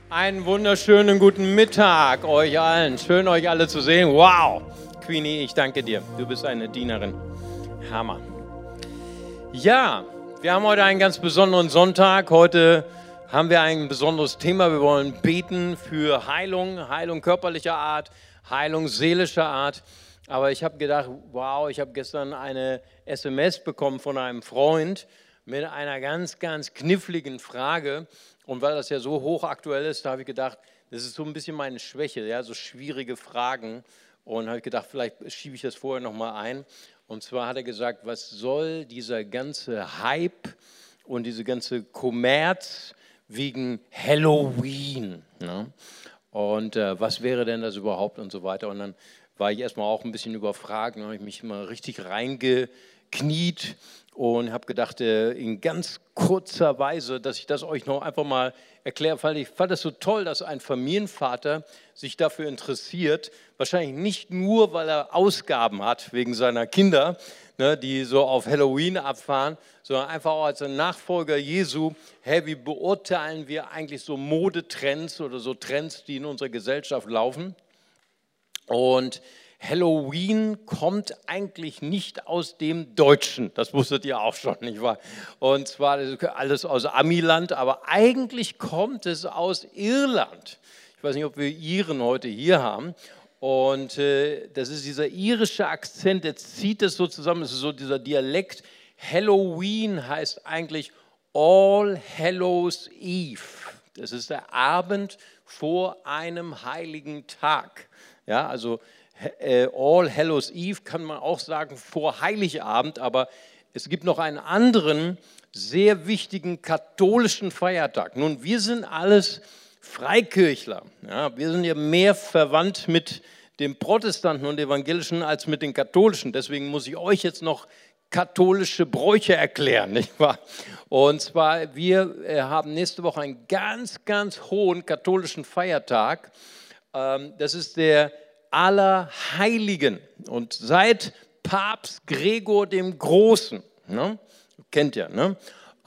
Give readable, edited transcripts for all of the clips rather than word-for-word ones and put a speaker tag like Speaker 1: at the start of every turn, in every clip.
Speaker 1: Einen wunderschönen guten Mittag euch allen. Schön, euch alle zu sehen. Wow, Queenie, ich danke dir. Du bist eine Dienerin. Hammer. Ja, wir haben heute einen ganz besonderen Sonntag. Heute haben wir ein besonderes Thema. Wir wollen beten für Heilung, Heilung körperlicher Art, Heilung seelischer Art. Aber ich habe gedacht, wow, ich habe gestern eine SMS bekommen von einem Freund mit einer ganz, ganz kniffligen Frage. Und weil das ja so hochaktuell ist, da habe ich gedacht, das ist so ein bisschen meine Schwäche, ja, so schwierige Fragen. Und habe ich gedacht, vielleicht schiebe ich das vorher nochmal ein. Und zwar hat er gesagt, was soll dieser ganze Hype und diese ganze Kommerz wegen Halloween? Ne? Und was wäre denn das überhaupt und so weiter. Und dann war ich erstmal auch ein bisschen überfragt, habe ich mich mal richtig reingekniet und habe gedacht, in ganz kurzer Weise, dass ich das euch noch einfach mal erkläre, weil ich fand es so toll, dass ein Familienvater sich dafür interessiert, wahrscheinlich nicht nur, weil er Ausgaben hat wegen seiner Kinder, ne, die so auf Halloween abfahren, sondern einfach auch als ein Nachfolger Jesu, hey, wie beurteilen wir eigentlich so Modetrends oder so Trends, die in unserer Gesellschaft laufen? Und Halloween kommt eigentlich nicht aus dem Deutschen, das wusstet ihr auch schon, nicht wahr? Und zwar alles aus Amiland, aber eigentlich kommt es aus Irland. Ich weiß nicht, ob wir Iren heute hier haben. Und das ist dieser irische Akzent, der zieht es so zusammen, das ist so dieser Dialekt. Halloween heißt eigentlich All Hallows Eve. Das ist der Abend vor einem heiligen Tag. Ja, also All Hallows Eve kann man auch sagen vor Heiligabend, aber es gibt noch einen anderen sehr wichtigen katholischen Feiertag. Nun, wir sind alles Freikirchler. Ja, wir sind ja mehr verwandt mit den Protestanten und Evangelischen als mit den Katholischen. Deswegen muss ich euch jetzt noch katholische Bräuche erklären, nicht wahr? Und zwar, wir haben nächste Woche einen ganz, ganz hohen katholischen Feiertag. Das ist der Allerheiligen. Und seit Papst Gregor dem Großen, ne, kennt ihr, ne,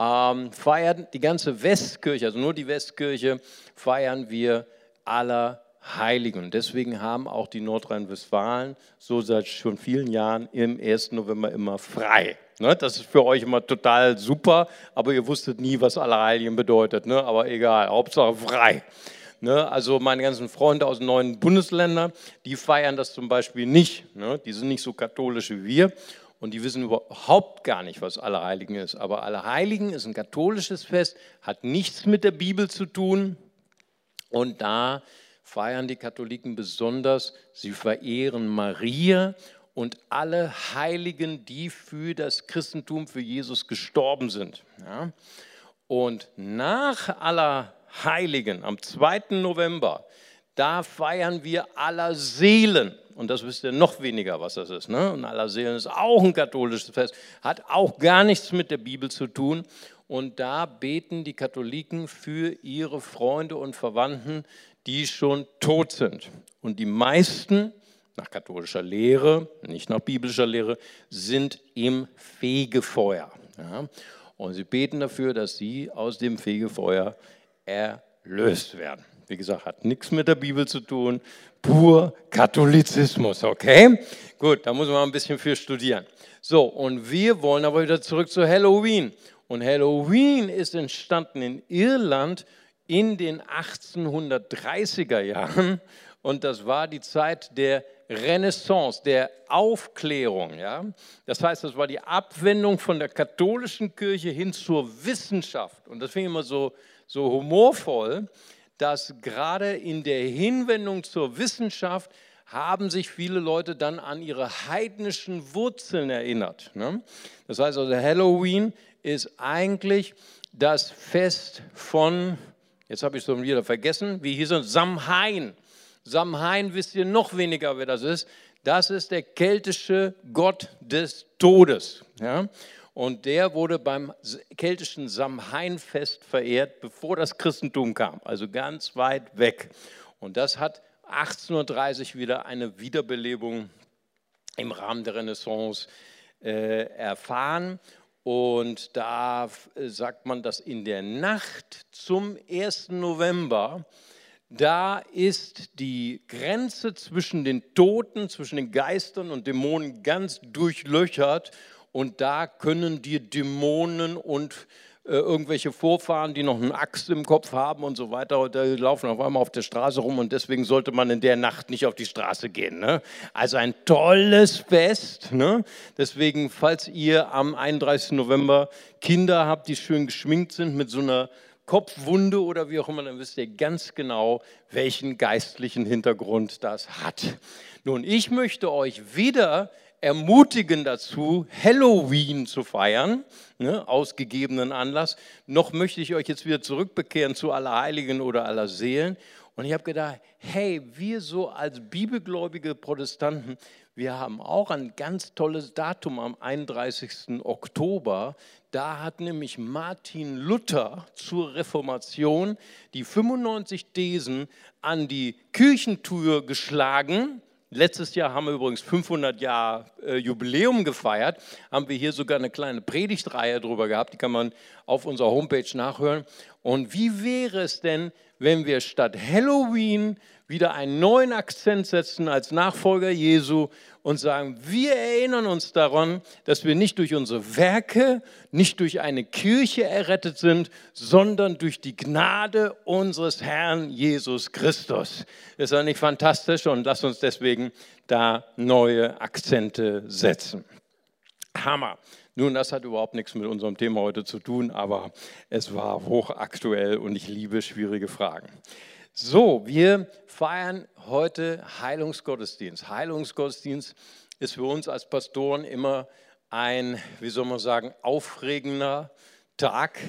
Speaker 1: feiert die ganze Westkirche, also nur die Westkirche, feiern wir Allerheiligen. Und deswegen haben auch die Nordrhein-Westfalen so seit schon vielen Jahren im 1. November immer frei. Ne, das ist für euch immer total super, aber ihr wusstet nie, was Allerheiligen bedeutet. Ne? Aber egal, Hauptsache frei. Ne, also meine ganzen Freunde aus den neuen Bundesländern, die feiern das zum Beispiel nicht. Ne? Die sind nicht so katholisch wie wir und die wissen überhaupt gar nicht, was Allerheiligen ist. Aber Allerheiligen ist ein katholisches Fest, hat nichts mit der Bibel zu tun. Und da feiern die Katholiken besonders, sie verehren Maria und alle Heiligen, die für das Christentum, für Jesus gestorben sind. Ja? Und nach Allerheiligen, am 2. November, da feiern wir Allerseelen. Und das wisst ihr noch weniger, was das ist. Ne? Und Allerseelen ist auch ein katholisches Fest, hat auch gar nichts mit der Bibel zu tun. Und da beten die Katholiken für ihre Freunde und Verwandten, die schon tot sind. Und die meisten, nach katholischer Lehre, nicht nach biblischer Lehre, sind im Fegefeuer. Ja? Und sie beten dafür, dass sie aus dem Fegefeuer erlöst werden. Wie gesagt, hat nichts mit der Bibel zu tun, pur Katholizismus, okay? Gut, da muss man ein bisschen für studieren. So, und wir wollen aber wieder zurück zu Halloween. Und Halloween ist entstanden in Irland in den 1830er Jahren. Und das war die Zeit der Renaissance, der Aufklärung. Ja? Das heißt, das war die Abwendung von der katholischen Kirche hin zur Wissenschaft. Und das finde ich immer so humorvoll, dass gerade in der Hinwendung zur Wissenschaft haben sich viele Leute dann an ihre heidnischen Wurzeln erinnert. Ne? Das heißt also, Halloween ist eigentlich das Fest von, jetzt habe ich es schon wieder vergessen, wie hieß es, Samhain. Samhain, wisst ihr noch weniger, wer das ist. Das ist der keltische Gott des Todes. Ja? Und der wurde beim keltischen Samhainfest verehrt, bevor das Christentum kam, also ganz weit weg. Und das hat 1830 wieder eine Wiederbelebung im Rahmen der Renaissance erfahren. Und da sagt man, dass in der Nacht zum 1. November, da ist die Grenze zwischen den Toten, zwischen den Geistern und Dämonen ganz durchlöchert. Und da können die Dämonen und irgendwelche Vorfahren, die noch eine Axt im Kopf haben und so weiter, und die laufen auf einmal auf der Straße rum und deswegen sollte man in der Nacht nicht auf die Straße gehen. Ne? Also ein tolles Fest. Ne? Deswegen, falls ihr am 31. November Kinder habt, die schön geschminkt sind mit so einer Kopfwunde oder wie auch immer, dann wisst ihr ganz genau, welchen geistlichen Hintergrund das hat. Nun, ich möchte euch wieder ermutigen dazu, Halloween zu feiern, ne, aus gegebenen Anlass. Noch möchte ich euch jetzt wieder zurückbekehren zu Allerheiligen oder Allerseelen. Und ich habe gedacht, hey, wir so als bibelgläubige Protestanten, wir haben auch ein ganz tolles Datum am 31. Oktober. Da hat nämlich Martin Luther zur Reformation die 95 Thesen an die Kirchentür geschlagen. Letztes Jahr haben wir übrigens 500 Jahre Jubiläum gefeiert, haben wir hier sogar eine kleine Predigtreihe drüber gehabt, die kann man auf unserer Homepage nachhören. Und wie wäre es denn, wenn wir statt Halloween wieder einen neuen Akzent setzen als Nachfolger Jesu und sagen, wir erinnern uns daran, dass wir nicht durch unsere Werke, nicht durch eine Kirche errettet sind, sondern durch die Gnade unseres Herrn Jesus Christus. Ist das nicht fantastisch? Und lasst uns deswegen da neue Akzente setzen. Hammer. Nun, das hat überhaupt nichts mit unserem Thema heute zu tun, aber es war hochaktuell und ich liebe schwierige Fragen. So, wir feiern heute Heilungsgottesdienst. Heilungsgottesdienst ist für uns als Pastoren immer ein, wie soll man sagen, aufregender Tag,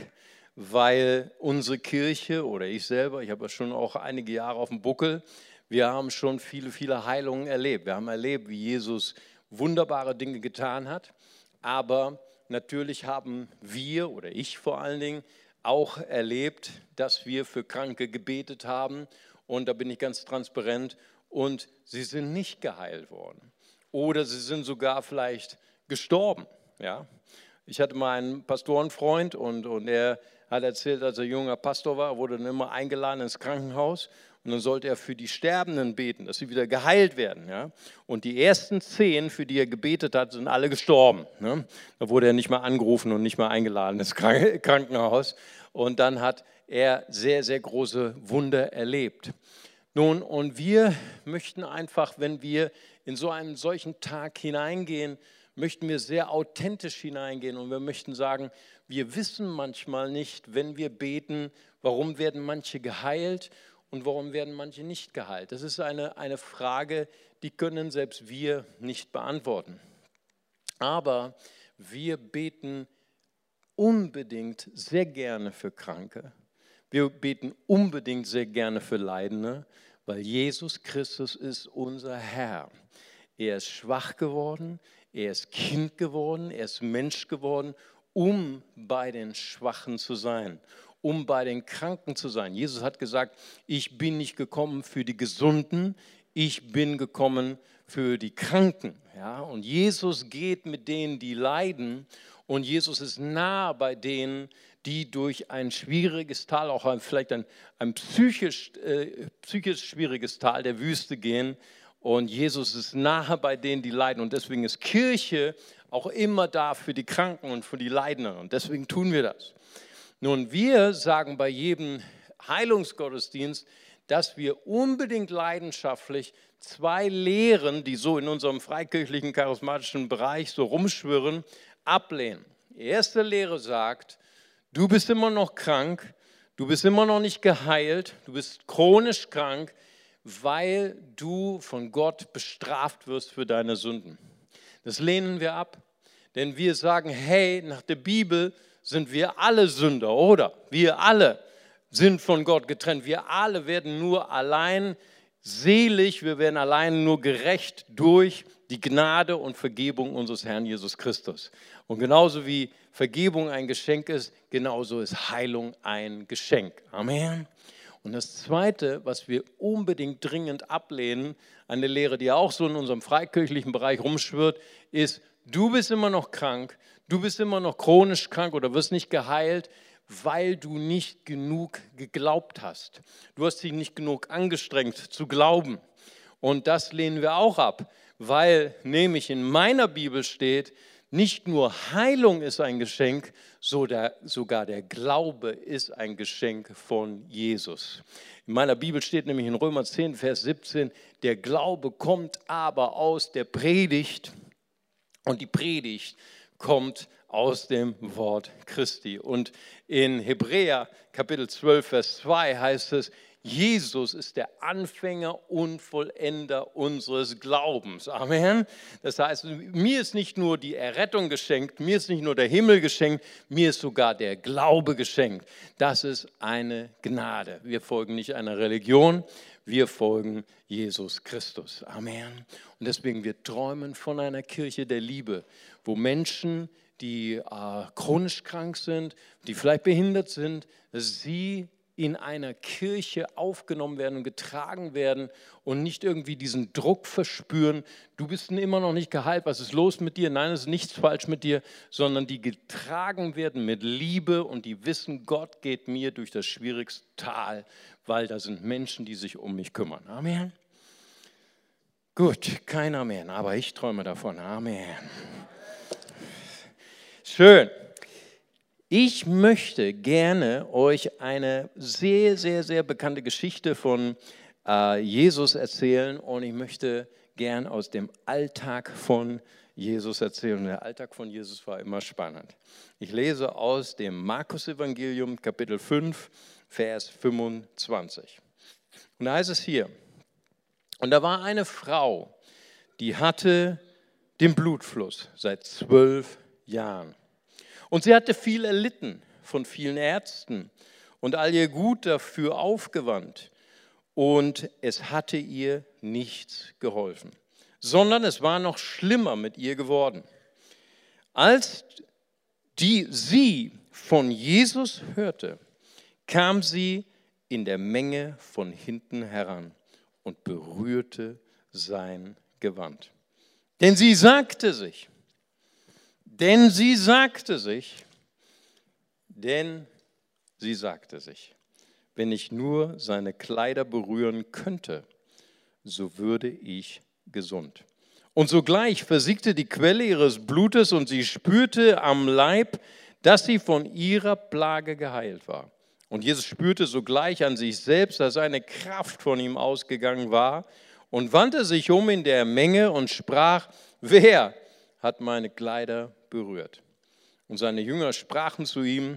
Speaker 1: weil unsere Kirche oder ich selber, ich habe ja schon auch einige Jahre auf dem Buckel, wir haben schon viele, viele Heilungen erlebt. Wir haben erlebt, wie Jesus wunderbare Dinge getan hat, aber natürlich haben wir oder ich vor allen Dingen auch erlebt, dass wir für Kranke gebetet haben und da bin ich ganz transparent und sie sind nicht geheilt worden oder sie sind sogar vielleicht gestorben. Ja? Ich hatte mal einen Pastorenfreund und er hat erzählt, als er junger Pastor war, wurde dann immer eingeladen ins Krankenhaus und dann sollte er für die Sterbenden beten, dass sie wieder geheilt werden. Ja? Und die ersten 10, für die er gebetet hat, sind alle gestorben. Ne? Da wurde er nicht mal angerufen und nicht mal eingeladen ins Krankenhaus. Und dann hat er sehr, sehr große Wunder erlebt. Nun, und wir möchten einfach, wenn wir in so einen solchen Tag hineingehen, möchten wir sehr authentisch hineingehen und wir möchten sagen, wir wissen manchmal nicht, wenn wir beten, warum werden manche geheilt und warum werden manche nicht geheilt. Das ist eine Frage, die können selbst wir nicht beantworten. Aber wir beten unbedingt sehr gerne für Kranke. Wir beten unbedingt sehr gerne für Leidende, weil Jesus Christus ist unser Herr. Er ist schwach geworden, er ist Kind geworden, er ist Mensch geworden, um bei den Schwachen zu sein, um bei den Kranken zu sein. Jesus hat gesagt, ich bin nicht gekommen für die Gesunden, ich bin gekommen für die Kranken. Ja? Und Jesus geht mit denen, die leiden, und Jesus ist nah bei denen, die durch ein schwieriges Tal, auch vielleicht ein psychisch schwieriges Tal der Wüste gehen. Und Jesus ist nahe bei denen, die leiden. Und deswegen ist Kirche auch immer da für die Kranken und für die Leidenden. Und deswegen tun wir das. Nun, wir sagen bei jedem Heilungsgottesdienst, dass wir unbedingt leidenschaftlich 2 Lehren, die so in unserem freikirchlichen, charismatischen Bereich so rumschwirren, ablehnen. Die erste Lehre sagt, du bist immer noch krank, du bist immer noch nicht geheilt, du bist chronisch krank, weil du von Gott bestraft wirst für deine Sünden. Das lehnen wir ab, denn wir sagen, hey, nach der Bibel sind wir alle Sünder, oder? Wir alle sind von Gott getrennt, wir alle werden nur allein selig, wir werden allein nur gerecht durch die Gnade und Vergebung unseres Herrn Jesus Christus. Und genauso wie Vergebung ein Geschenk ist, genauso ist Heilung ein Geschenk. Amen. Und das Zweite, was wir unbedingt dringend ablehnen, eine Lehre, die auch so in unserem freikirchlichen Bereich rumschwirrt, ist, du bist immer noch krank, Du bist immer noch chronisch krank oder wirst nicht geheilt, weil du nicht genug geglaubt hast. Du hast dich nicht genug angestrengt zu glauben. Und das lehnen wir auch ab, weil nämlich in meiner Bibel steht, nicht nur Heilung ist ein Geschenk, sogar der Glaube ist ein Geschenk von Jesus. In meiner Bibel steht nämlich in Römer 10, Vers 17, der Glaube kommt aber aus der Predigt und die Predigt kommt aus dem Wort Christi. Und in Hebräer Kapitel 12, Vers 2 heißt es, Jesus ist der Anfänger und Vollender unseres Glaubens. Amen. Das heißt, mir ist nicht nur die Errettung geschenkt, mir ist nicht nur der Himmel geschenkt, mir ist sogar der Glaube geschenkt. Das ist eine Gnade. Wir folgen nicht einer Religion, wir folgen Jesus Christus. Amen. Und deswegen, wir träumen von einer Kirche der Liebe, wo Menschen, die chronisch krank sind, die vielleicht behindert sind, dass sie in einer Kirche aufgenommen werden und getragen werden und nicht irgendwie diesen Druck verspüren, du bist immer noch nicht geheilt, was ist los mit dir? Nein, es ist nichts falsch mit dir, sondern die getragen werden mit Liebe und die wissen, Gott geht mir durch das schwierigste Tal, weil da sind Menschen, die sich um mich kümmern. Amen. Gut, kein Amen, aber ich träume davon. Amen. Schön. Ich möchte gerne euch eine sehr, sehr, sehr bekannte Geschichte von Jesus erzählen und ich möchte gern aus dem Alltag von Jesus erzählen. Und der Alltag von Jesus war immer spannend. Ich lese aus dem Markus-Evangelium, Kapitel 5, Vers 25. Und da heißt es hier, und da war eine Frau, die hatte den Blutfluss seit 12 Jahren. Und sie hatte viel erlitten von vielen Ärzten und all ihr Gut dafür aufgewandt. Und es hatte ihr nichts geholfen, sondern es war noch schlimmer mit ihr geworden. Als sie von Jesus hörte, kam sie in der Menge von hinten heran und berührte sein Gewand. Denn sie sagte sich, wenn ich nur seine Kleider berühren könnte, so würde ich gesund. Und sogleich versiegte die Quelle ihres Blutes und sie spürte am Leib, dass sie von ihrer Plage geheilt war. Und Jesus spürte sogleich an sich selbst, dass eine Kraft von ihm ausgegangen war und wandte sich um in der Menge und sprach, wer hat meine Kleider berührt? Und seine Jünger sprachen zu ihm,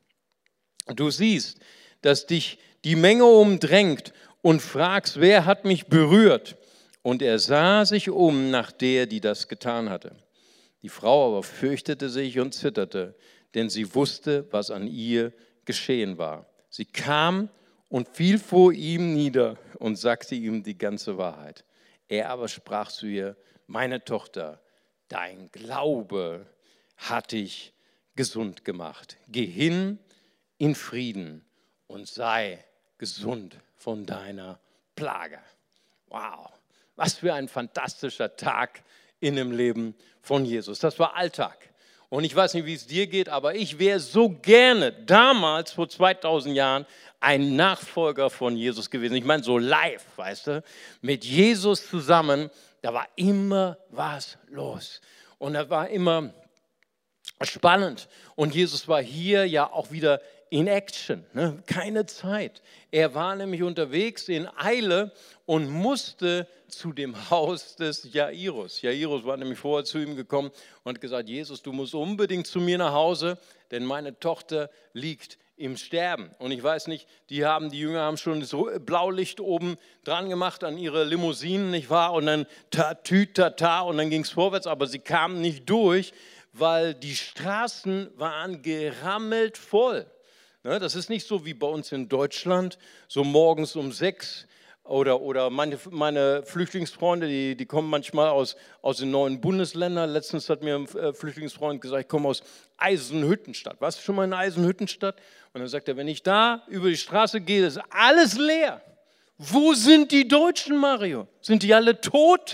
Speaker 1: du siehst, dass dich die Menge umdrängt und fragst, wer hat mich berührt? Und er sah sich um nach der, die das getan hatte. Die Frau aber fürchtete sich und zitterte, denn sie wusste, was an ihr geschehen war. Sie kam und fiel vor ihm nieder und sagte ihm die ganze Wahrheit. Er aber sprach zu ihr, meine Tochter, dein Glaube hat dich gesund gemacht. Geh hin in Frieden und sei gesund von deiner Plage. Wow, was für ein fantastischer Tag in dem Leben von Jesus. Das war Alltag. Und ich weiß nicht, wie es dir geht, aber ich wäre so gerne damals, vor 2000 Jahren, ein Nachfolger von Jesus gewesen. Ich meine, so live, weißt du, mit Jesus zusammen, da war immer was los. Und da war immer spannend. Und Jesus war hier ja auch wieder in Action, ne? Keine Zeit. Er war nämlich unterwegs in Eile und musste zu dem Haus des Jairus. Jairus war nämlich vorher zu ihm gekommen und hat gesagt, Jesus, du musst unbedingt zu mir nach Hause, denn meine Tochter liegt im Sterben. Und ich weiß nicht, die Jünger haben schon das Blaulicht oben dran gemacht an ihre Limousinen, nicht wahr? Und dann ta und dann ging es vorwärts, aber sie kamen nicht durch, weil die Straßen waren gerammelt voll. Das ist nicht so wie bei uns in Deutschland, so morgens um 6 oder meine Flüchtlingsfreunde, die kommen manchmal aus den neuen Bundesländern. Letztens hat mir ein Flüchtlingsfreund gesagt, ich komme aus Eisenhüttenstadt. Warst du schon mal in Eisenhüttenstadt? Und dann sagt er, wenn ich da über die Straße gehe, ist alles leer. Wo sind die Deutschen, Mario? Sind die alle tot?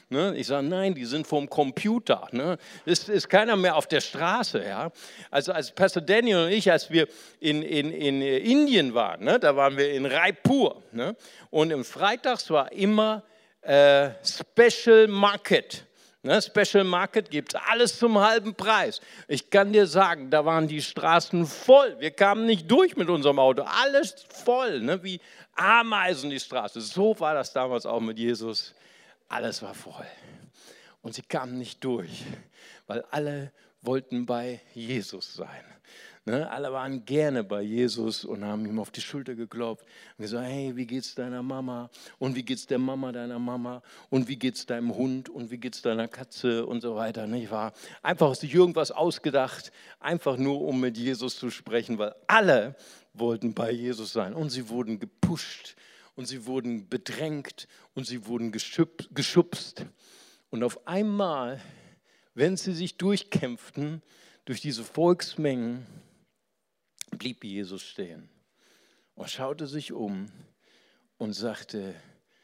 Speaker 1: Ne? Ich sage, nein, die sind vom Computer. Ne? Es ist keiner mehr auf der Straße. Ja? Also als Pastor Daniel und ich, als wir in Indien waren, ne? Da waren wir in Raipur. Ne? Und im Freitags war immer Special Market. Ne, Special Market gibt es alles zum halben Preis. Ich kann dir sagen, da waren die Straßen voll. Wir kamen nicht durch mit unserem Auto. Alles voll, ne, wie Ameisen die Straße. So war das damals auch mit Jesus. Alles war voll. Und sie kamen nicht durch, weil alle wollten bei Jesus sein. Ne, alle waren gerne bei Jesus und haben ihm auf die Schulter geklopft und gesagt, hey, wie geht's deiner Mama? Und wie geht's der Mama deiner Mama? Und wie geht's deinem Hund? Und wie geht's deiner Katze? Und so weiter, nicht wahr? Einfach sich irgendwas ausgedacht, einfach nur, um mit Jesus zu sprechen, weil alle wollten bei Jesus sein. Und sie wurden gepusht und sie wurden bedrängt und sie wurden geschubst. Und auf einmal, wenn sie sich durchkämpften, durch diese Volksmengen, blieb Jesus stehen und schaute sich um und sagte,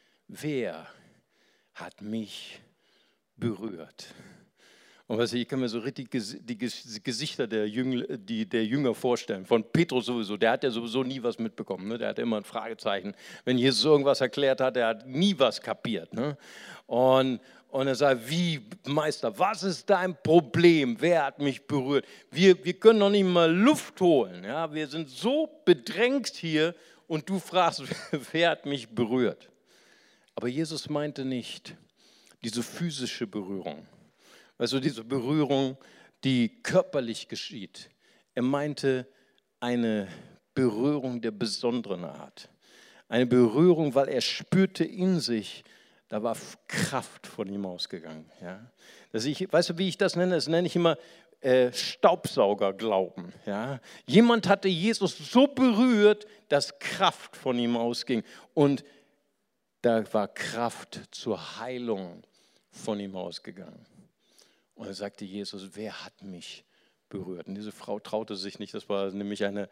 Speaker 1: wer hat mich berührt? Und ich kann mir so richtig die Gesichter der Jünger vorstellen. Von Petrus sowieso, der hat ja sowieso nie was mitbekommen. Ne? Der hatte immer ein Fragezeichen. Wenn Jesus irgendwas erklärt hat, der hat nie was kapiert. Ne? Und er sagt, wie, Meister, was ist dein Problem? Wer hat mich berührt? Wir können noch nicht mal Luft holen. Ja? Wir sind so bedrängt hier und du fragst, wer hat mich berührt? Aber Jesus meinte nicht diese physische Berührung. Also diese Berührung, die körperlich geschieht. Er meinte eine Berührung der besonderen Art. Eine Berührung, weil er spürte in sich, da war Kraft von ihm ausgegangen. Ja? Weißt du, wie ich das nenne? Das nenne ich immer Staubsaugerglauben. Ja? Jemand hatte Jesus so berührt, dass Kraft von ihm ausging. Und da war Kraft zur Heilung von ihm ausgegangen. Und dann sagte Jesus, wer hat mich berührt? Und diese Frau traute sich nicht, das war nämlich eine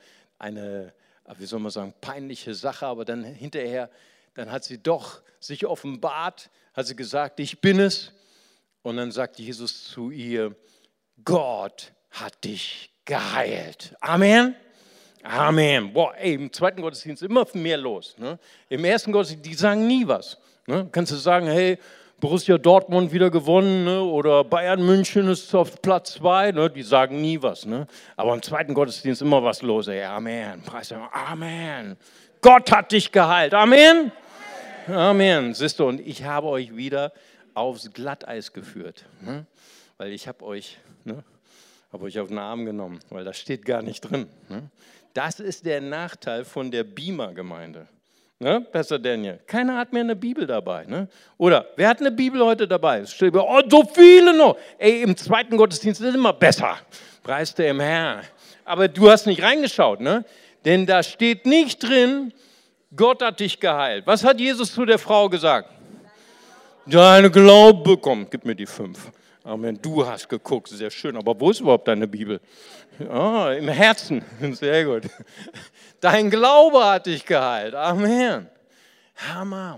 Speaker 1: wie soll man sagen, peinliche Sache, aber dann hinterher, dann hat sie doch sich offenbart, hat sie gesagt, ich bin es. Und dann sagt Jesus zu ihr, Gott hat dich geheilt. Amen. Amen. Boah, ey, im zweiten Gottesdienst immer mehr los. Ne? Im ersten Gottesdienst, die sagen nie was. Ne? Kannst du sagen, hey, Borussia Dortmund wieder gewonnen, ne? Oder Bayern München ist auf Platz 2, ne? Die sagen nie was. Ne? Aber im zweiten Gottesdienst immer was los. Ey. Amen. Preis dem Amen. Gott hat dich geheilt. Amen. Amen. Siehst du, und ich habe euch wieder aufs Glatteis geführt. Ne? Weil ich habe euch auf den Arm genommen, weil das steht gar nicht drin. Ne? Das ist der Nachteil von der Beamer-Gemeinde. Ne, Pastor Daniel, keiner hat mehr eine Bibel dabei. Ne? Oder, wer hat eine Bibel heute dabei? Es steht, oh, so viele noch. Ey, im zweiten Gottesdienst ist es immer besser. Preis dem Herrn. Aber du hast nicht reingeschaut, ne? Denn da steht nicht drin, Gott hat dich geheilt. Was hat Jesus zu der Frau gesagt? Deine Glaube, komm, gib mir die 5. Amen, du hast geguckt, sehr schön. Aber wo ist überhaupt deine Bibel? Oh, im Herzen, sehr gut. Dein Glaube hat dich geheilt. Amen. Hammer.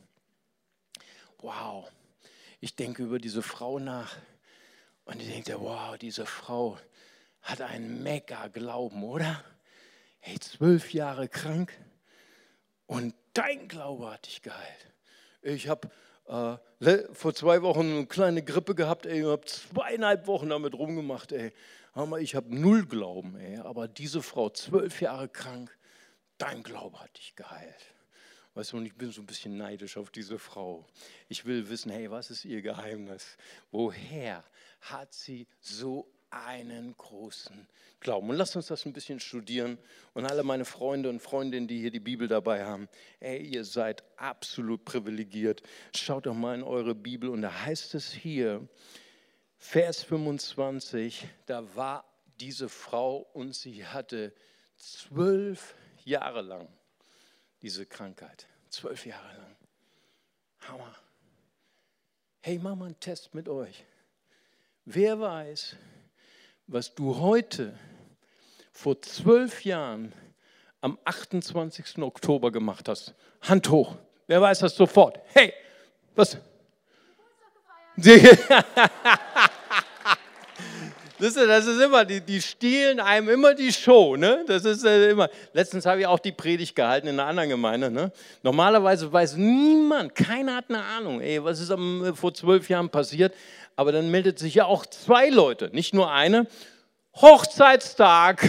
Speaker 1: Wow. Ich denke über diese Frau nach und ich denke, wow, diese Frau hat einen Mega-Glauben, oder? Hey, 12 Jahre krank und dein Glaube hat dich geheilt. Ich habe vor 2 Wochen eine kleine Grippe gehabt, ey, ich habe 2,5 Wochen damit rumgemacht, ey. Ich habe 0 Glauben, ey. Aber diese Frau, 12 Jahre krank, dein Glaube hat dich geheilt. Weißt du, und ich bin so ein bisschen neidisch auf diese Frau. Ich will wissen, hey, was ist ihr Geheimnis? Woher hat sie so einen großen Glauben? Und lasst uns das ein bisschen studieren. Und alle meine Freunde und Freundinnen, die hier die Bibel dabei haben, ey, ihr seid absolut privilegiert. Schaut doch mal in eure Bibel und da heißt es hier, Vers 25, da war diese Frau und sie hatte 12 Jahre lang diese Krankheit. 12 Jahre lang. Hammer. Hey, mach mal einen Test mit euch. Wer weiß, was du heute vor 12 Jahren am 28. Oktober gemacht hast? Hand hoch. Wer weiß das sofort? Hey, was? Das ist immer, die stehlen einem immer die Show. Ne? Das ist immer. Letztens habe ich auch die Predigt gehalten in einer anderen Gemeinde. Ne? Normalerweise weiß niemand, keiner hat eine Ahnung, was ist vor 12 Jahren passiert. Aber dann meldet sich ja auch 2 Leute, nicht nur eine. Hochzeitstag.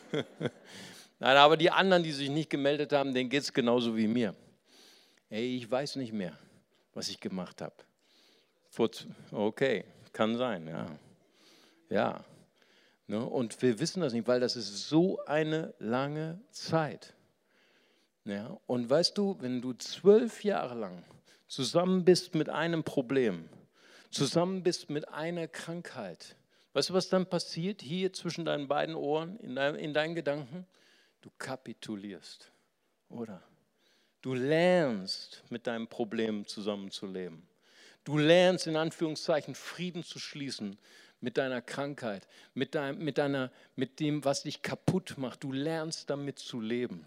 Speaker 1: Nein, aber die anderen, die sich nicht gemeldet haben, denen geht es genauso wie mir. Ich weiß nicht mehr, was ich gemacht habe. Okay, kann sein, ja. Ja, ne? Und wir wissen das nicht, weil das ist so eine lange Zeit. Ja? Und weißt du, wenn du 12 Jahre lang zusammen bist mit einem Problem, zusammen bist mit einer Krankheit, weißt du, was dann passiert hier zwischen deinen beiden Ohren, in deinen Gedanken? Du kapitulierst, oder? Du lernst, mit deinem Problem zusammenzuleben. Du lernst, in Anführungszeichen, Frieden zu schließen mit deiner Krankheit, mit dem, was dich kaputt macht. Du lernst damit zu leben.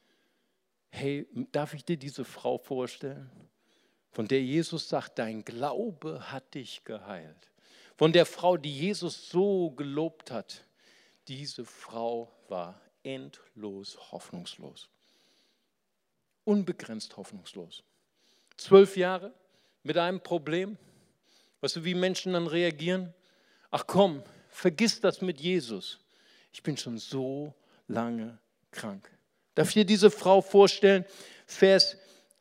Speaker 1: Hey, darf ich dir diese Frau vorstellen, von der Jesus sagt, dein Glaube hat dich geheilt. Von der Frau, die Jesus so gelobt hat. Diese Frau war endlos hoffnungslos. Unbegrenzt hoffnungslos. 12 Jahre mit einem Problem. Weißt du, wie Menschen dann reagieren? Ach komm, vergiss das mit Jesus. Ich bin schon so lange krank. Darf ich dir diese Frau vorstellen? Vers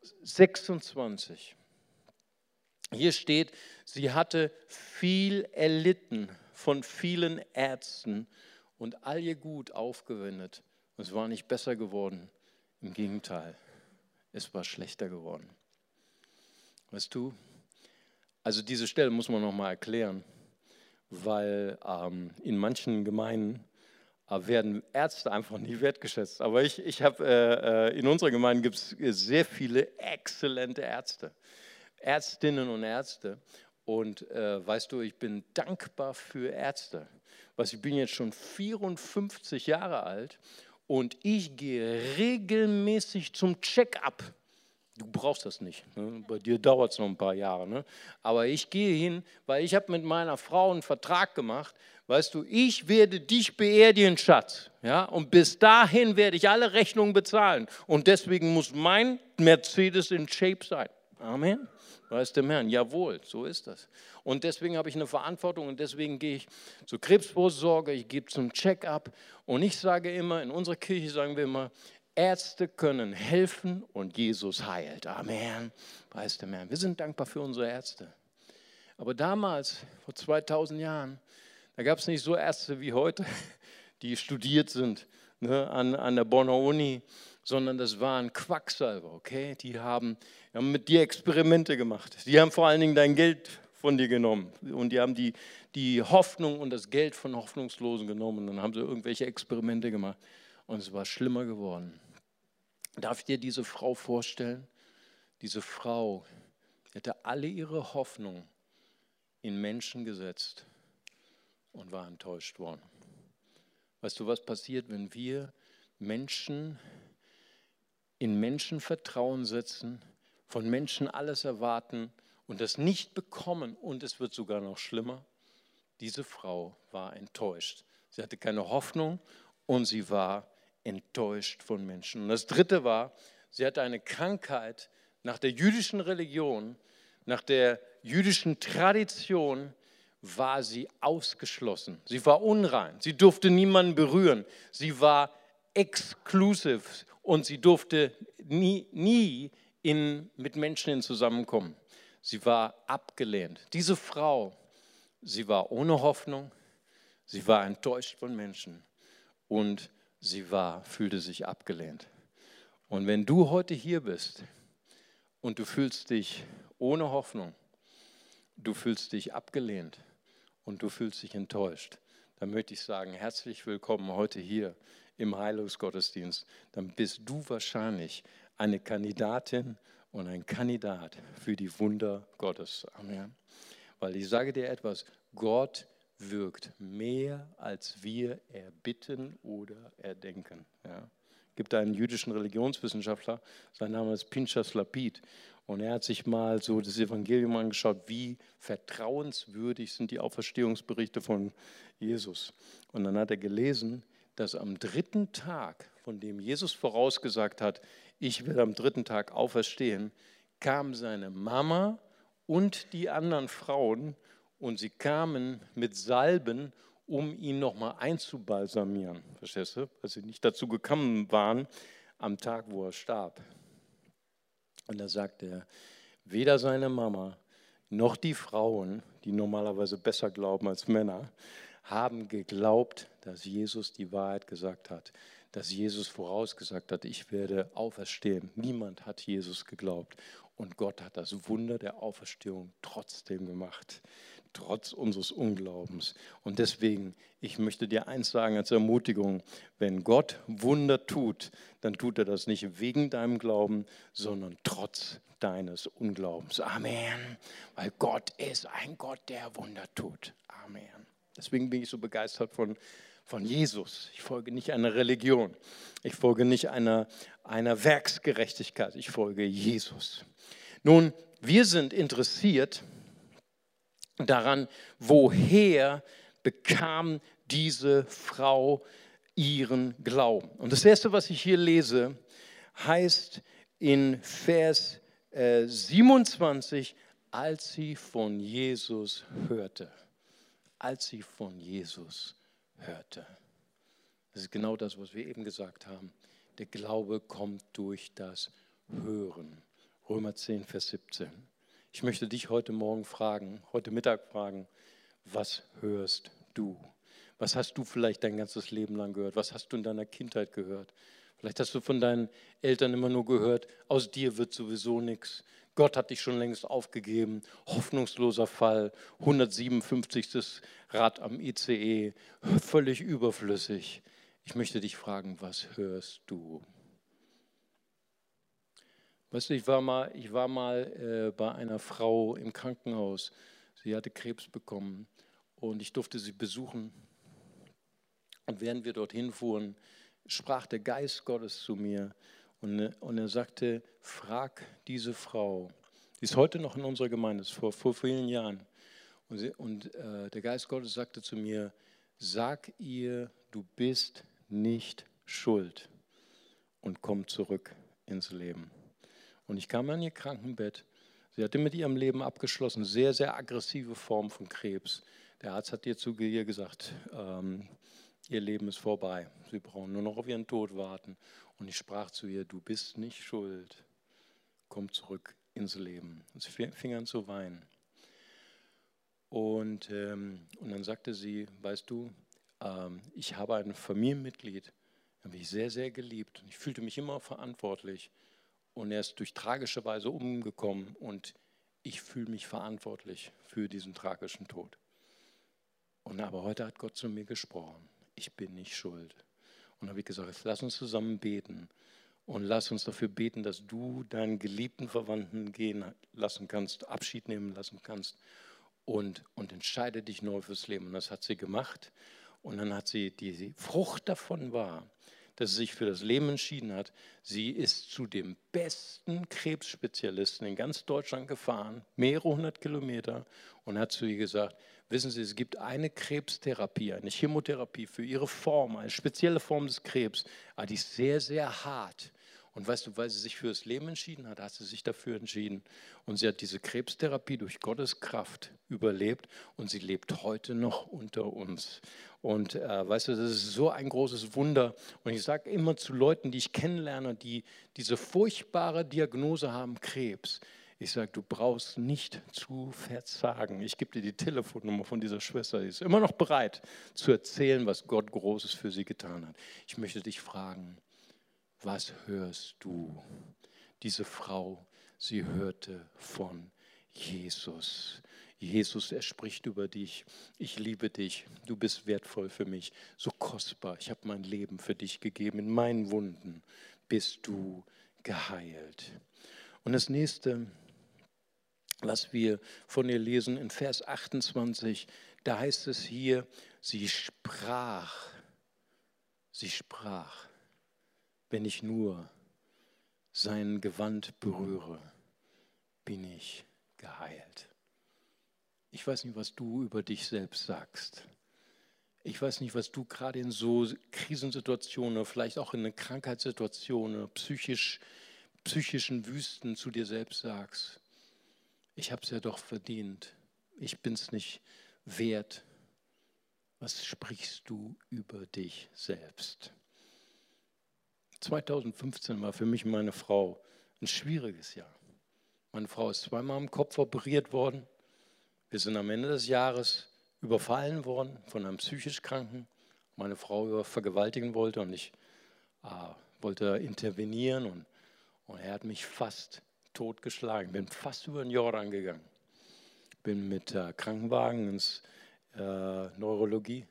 Speaker 1: 26. Hier steht, sie hatte viel erlitten von vielen Ärzten und all ihr Gut aufgewendet. Und es war nicht besser geworden. Im Gegenteil, es war schlechter geworden. Weißt du, also diese Stelle muss man noch mal erklären, weil in manchen Gemeinden werden Ärzte einfach nie wertgeschätzt. Aber ich habe in unserer Gemeinde gibt es sehr viele exzellente Ärzte, Ärztinnen und Ärzte. Und weißt du, ich bin dankbar für Ärzte. Ich bin jetzt schon 54 Jahre alt und ich gehe regelmäßig zum Check-up. Du brauchst das nicht. Ne? Bei dir dauert es noch ein paar Jahre. Ne? Aber ich gehe hin, weil ich habe mit meiner Frau einen Vertrag gemacht. Weißt du, ich werde dich beerdigen, Schatz. Ja? Und bis dahin werde ich alle Rechnungen bezahlen. Und deswegen muss mein Mercedes in Shape sein. Amen. Weißt du, Herrn, jawohl, so ist das. Und deswegen habe ich eine Verantwortung und deswegen gehe ich zur Krebsvorsorge, ich gehe zum Check-up. Und ich sage immer, in unserer Kirche sagen wir immer, Ärzte können helfen und Jesus heilt. Amen. Weißt du, Herr, wir sind dankbar für unsere Ärzte. Aber damals, vor 2000 Jahren, da gab es nicht so Ärzte wie heute, die studiert sind, ne, an der Bonner Uni, sondern das waren Quacksalber, okay? Die haben mit dir Experimente gemacht. Die haben vor allen Dingen dein Geld von dir genommen und die haben die Hoffnung und das Geld von Hoffnungslosen genommen und dann haben sie irgendwelche Experimente gemacht und es war schlimmer geworden. Darf ich dir diese Frau vorstellen? Diese Frau hätte alle ihre Hoffnung in Menschen gesetzt und war enttäuscht worden. Weißt du, was passiert, wenn wir in Menschen Vertrauen setzen, von Menschen alles erwarten und das nicht bekommen und es wird sogar noch schlimmer? Diese Frau war enttäuscht. Sie hatte keine Hoffnung und sie war enttäuscht von Menschen. Und das Dritte war, sie hatte eine Krankheit nach der jüdischen Religion, nach der jüdischen Tradition war sie ausgeschlossen. Sie war unrein. Sie durfte niemanden berühren. Sie war exclusive und sie durfte nie mit Menschen in Zusammenkommen. Sie war abgelehnt. Diese Frau, sie war ohne Hoffnung, sie war enttäuscht von Menschen und sie fühlte sich abgelehnt. Und wenn du heute hier bist und du fühlst dich ohne Hoffnung, du fühlst dich abgelehnt und du fühlst dich enttäuscht, dann möchte ich sagen, herzlich willkommen heute hier im Heilungsgottesdienst. Dann bist du wahrscheinlich eine Kandidatin und ein Kandidat für die Wunder Gottes. Amen. Weil ich sage dir etwas, Gott wirkt mehr, als wir erbitten oder erdenken. Ja. Es gibt einen jüdischen Religionswissenschaftler, sein Name ist Pinchas Lapid. Und er hat sich mal so das Evangelium angeschaut, wie vertrauenswürdig sind die Auferstehungsberichte von Jesus. Und dann hat er gelesen, dass am dritten Tag, von dem Jesus vorausgesagt hat, ich werde am dritten Tag auferstehen, kam seine Mama und die anderen Frauen und sie kamen mit Salben, um ihn nochmal einzubalsamieren. Verstehst du? Weil sie nicht dazu gekommen waren am Tag, wo er starb. Und da sagte er, weder seine Mama noch die Frauen, die normalerweise besser glauben als Männer, haben geglaubt, dass Jesus die Wahrheit gesagt hat, dass Jesus vorausgesagt hat, ich werde auferstehen. Niemand hat Jesus geglaubt. Und Gott hat das Wunder der Auferstehung trotzdem gemacht, trotz unseres Unglaubens. Und deswegen, ich möchte dir eins sagen als Ermutigung, wenn Gott Wunder tut, dann tut er das nicht wegen deinem Glauben, sondern trotz deines Unglaubens. Amen. Weil Gott ist ein Gott, der Wunder tut. Amen. Deswegen bin ich so begeistert von Jesus. Ich folge nicht einer Religion. Ich folge nicht einer Werksgerechtigkeit. Ich folge Jesus. Nun, wir sind interessiert daran, woher bekam diese Frau ihren Glauben. Und das Erste, was ich hier lese, heißt in Vers 27, als sie von Jesus hörte. Als sie von Jesus hörte. Das ist genau das, was wir eben gesagt haben. Der Glaube kommt durch das Hören. Römer 10, Vers 17. Ich möchte dich heute Mittag fragen, was hörst du? Was hast du vielleicht dein ganzes Leben lang gehört? Was hast du in deiner Kindheit gehört? Vielleicht hast du von deinen Eltern immer nur gehört, aus dir wird sowieso nichts. Gott hat dich schon längst aufgegeben. Hoffnungsloser Fall, 157. Rad am ICE, völlig überflüssig. Ich möchte dich fragen, was hörst du? Weißt du, ich war mal bei einer Frau im Krankenhaus. Sie hatte Krebs bekommen und ich durfte sie besuchen. Und während wir dorthin fuhren, sprach der Geist Gottes zu mir und er sagte, frag diese Frau, die ist heute noch in unserer Gemeinde, das ist vor vielen Jahren. Und der Geist Gottes sagte zu mir, sag ihr, du bist nicht schuld und komm zurück ins Leben. Und ich kam an ihr Krankenbett. Sie hatte mit ihrem Leben abgeschlossen, sehr, sehr aggressive Form von Krebs. Der Arzt hat zu ihr gesagt, ihr Leben ist vorbei. Sie brauchen nur noch auf ihren Tod warten. Und ich sprach zu ihr, du bist nicht schuld. Komm zurück ins Leben. Und sie fing an zu weinen. Und dann sagte sie, weißt du, ich habe ein Familienmitglied, den habe ich sehr, sehr geliebt. Und ich fühlte mich immer verantwortlich. Und er ist durch tragische Weise umgekommen. Und ich fühle mich verantwortlich für diesen tragischen Tod. Aber heute hat Gott zu mir gesprochen. Ich bin nicht schuld. Und habe ich gesagt, lass uns zusammen beten. Und lass uns dafür beten, dass du deinen geliebten Verwandten gehen lassen kannst, Abschied nehmen lassen kannst. Und entscheide dich neu fürs Leben. Und das hat sie gemacht. Und dann hat sie, die Frucht davon war, dass sie sich für das Leben entschieden hat. Sie ist zu dem besten Krebsspezialisten in ganz Deutschland gefahren, mehrere hundert Kilometer, und hat zu ihr gesagt, wissen Sie, es gibt eine Krebstherapie, eine Chemotherapie für Ihre Form, eine spezielle Form des Krebs, aber die ist sehr, sehr hart. Und weißt du, weil sie sich für das Leben entschieden hat, hat sie sich dafür entschieden. Und sie hat diese Krebstherapie durch Gottes Kraft überlebt und sie lebt heute noch unter uns. Und weißt du, das ist so ein großes Wunder. Und ich sage immer zu Leuten, die ich kennenlerne, die diese furchtbare Diagnose haben, Krebs, ich sage, du brauchst nicht zu verzagen. Ich gebe dir die Telefonnummer von dieser Schwester, die ist immer noch bereit zu erzählen, was Gott Großes für sie getan hat. Ich möchte dich fragen, was hörst du? Diese Frau, sie hörte von Jesus. Jesus, er spricht über dich. Ich liebe dich. Du bist wertvoll für mich. So kostbar. Ich habe mein Leben für dich gegeben. In meinen Wunden bist du geheilt. Und das nächste, was wir von ihr lesen in Vers 28, da heißt es hier, sie sprach, wenn ich nur sein Gewand berühre, bin ich geheilt. Ich weiß nicht, was du über dich selbst sagst. Ich weiß nicht, was du gerade in so Krisensituationen oder vielleicht auch in einer Krankheitssituation oder psychischen Wüsten zu dir selbst sagst. Ich habe es ja doch verdient. Ich bin es nicht wert. Was sprichst du über dich selbst? 2015 war für mich und meine Frau ein schwieriges Jahr. Meine Frau ist zweimal am Kopf operiert worden. Wir sind am Ende des Jahres überfallen worden von einem psychisch Kranken. Meine Frau vergewaltigen wollte und ich wollte intervenieren und er hat mich fast totgeschlagen. Bin fast über den Jordan gegangen. Bin mit Krankenwagen ins Neurologie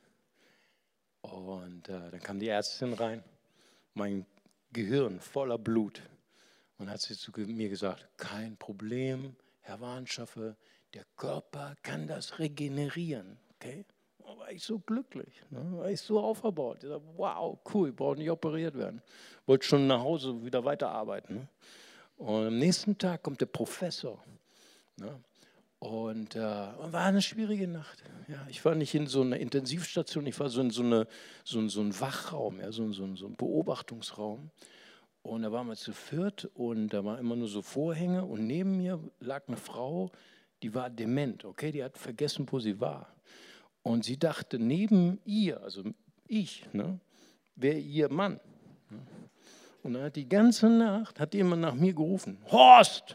Speaker 1: und dann kam die Ärztin rein. Mein Gehirn voller Blut und hat sie zu mir gesagt, kein Problem, Herr Warnschaffe, der Körper kann das regenerieren. Okay? Da war ich so glücklich, ne? War ich so aufgebaut. Ich dachte, wow, cool, ich brauche nicht operiert werden. Wollte schon nach Hause wieder weiterarbeiten. Ne? Und am nächsten Tag kommt der Professor. Ne? Und war eine schwierige Nacht. Ja, ich war nicht in so einer Intensivstation, ich war so in so einem Wachraum, ja, so ein Beobachtungsraum. Und da waren wir zu viert und da waren immer nur so Vorhänge und neben mir lag eine Frau, die war dement, okay, die hat vergessen, wo sie war. Und sie dachte, neben ihr, also ich, ne, wäre ihr Mann. Und dann hat die ganze Nacht, hat jemand nach mir gerufen, Horst!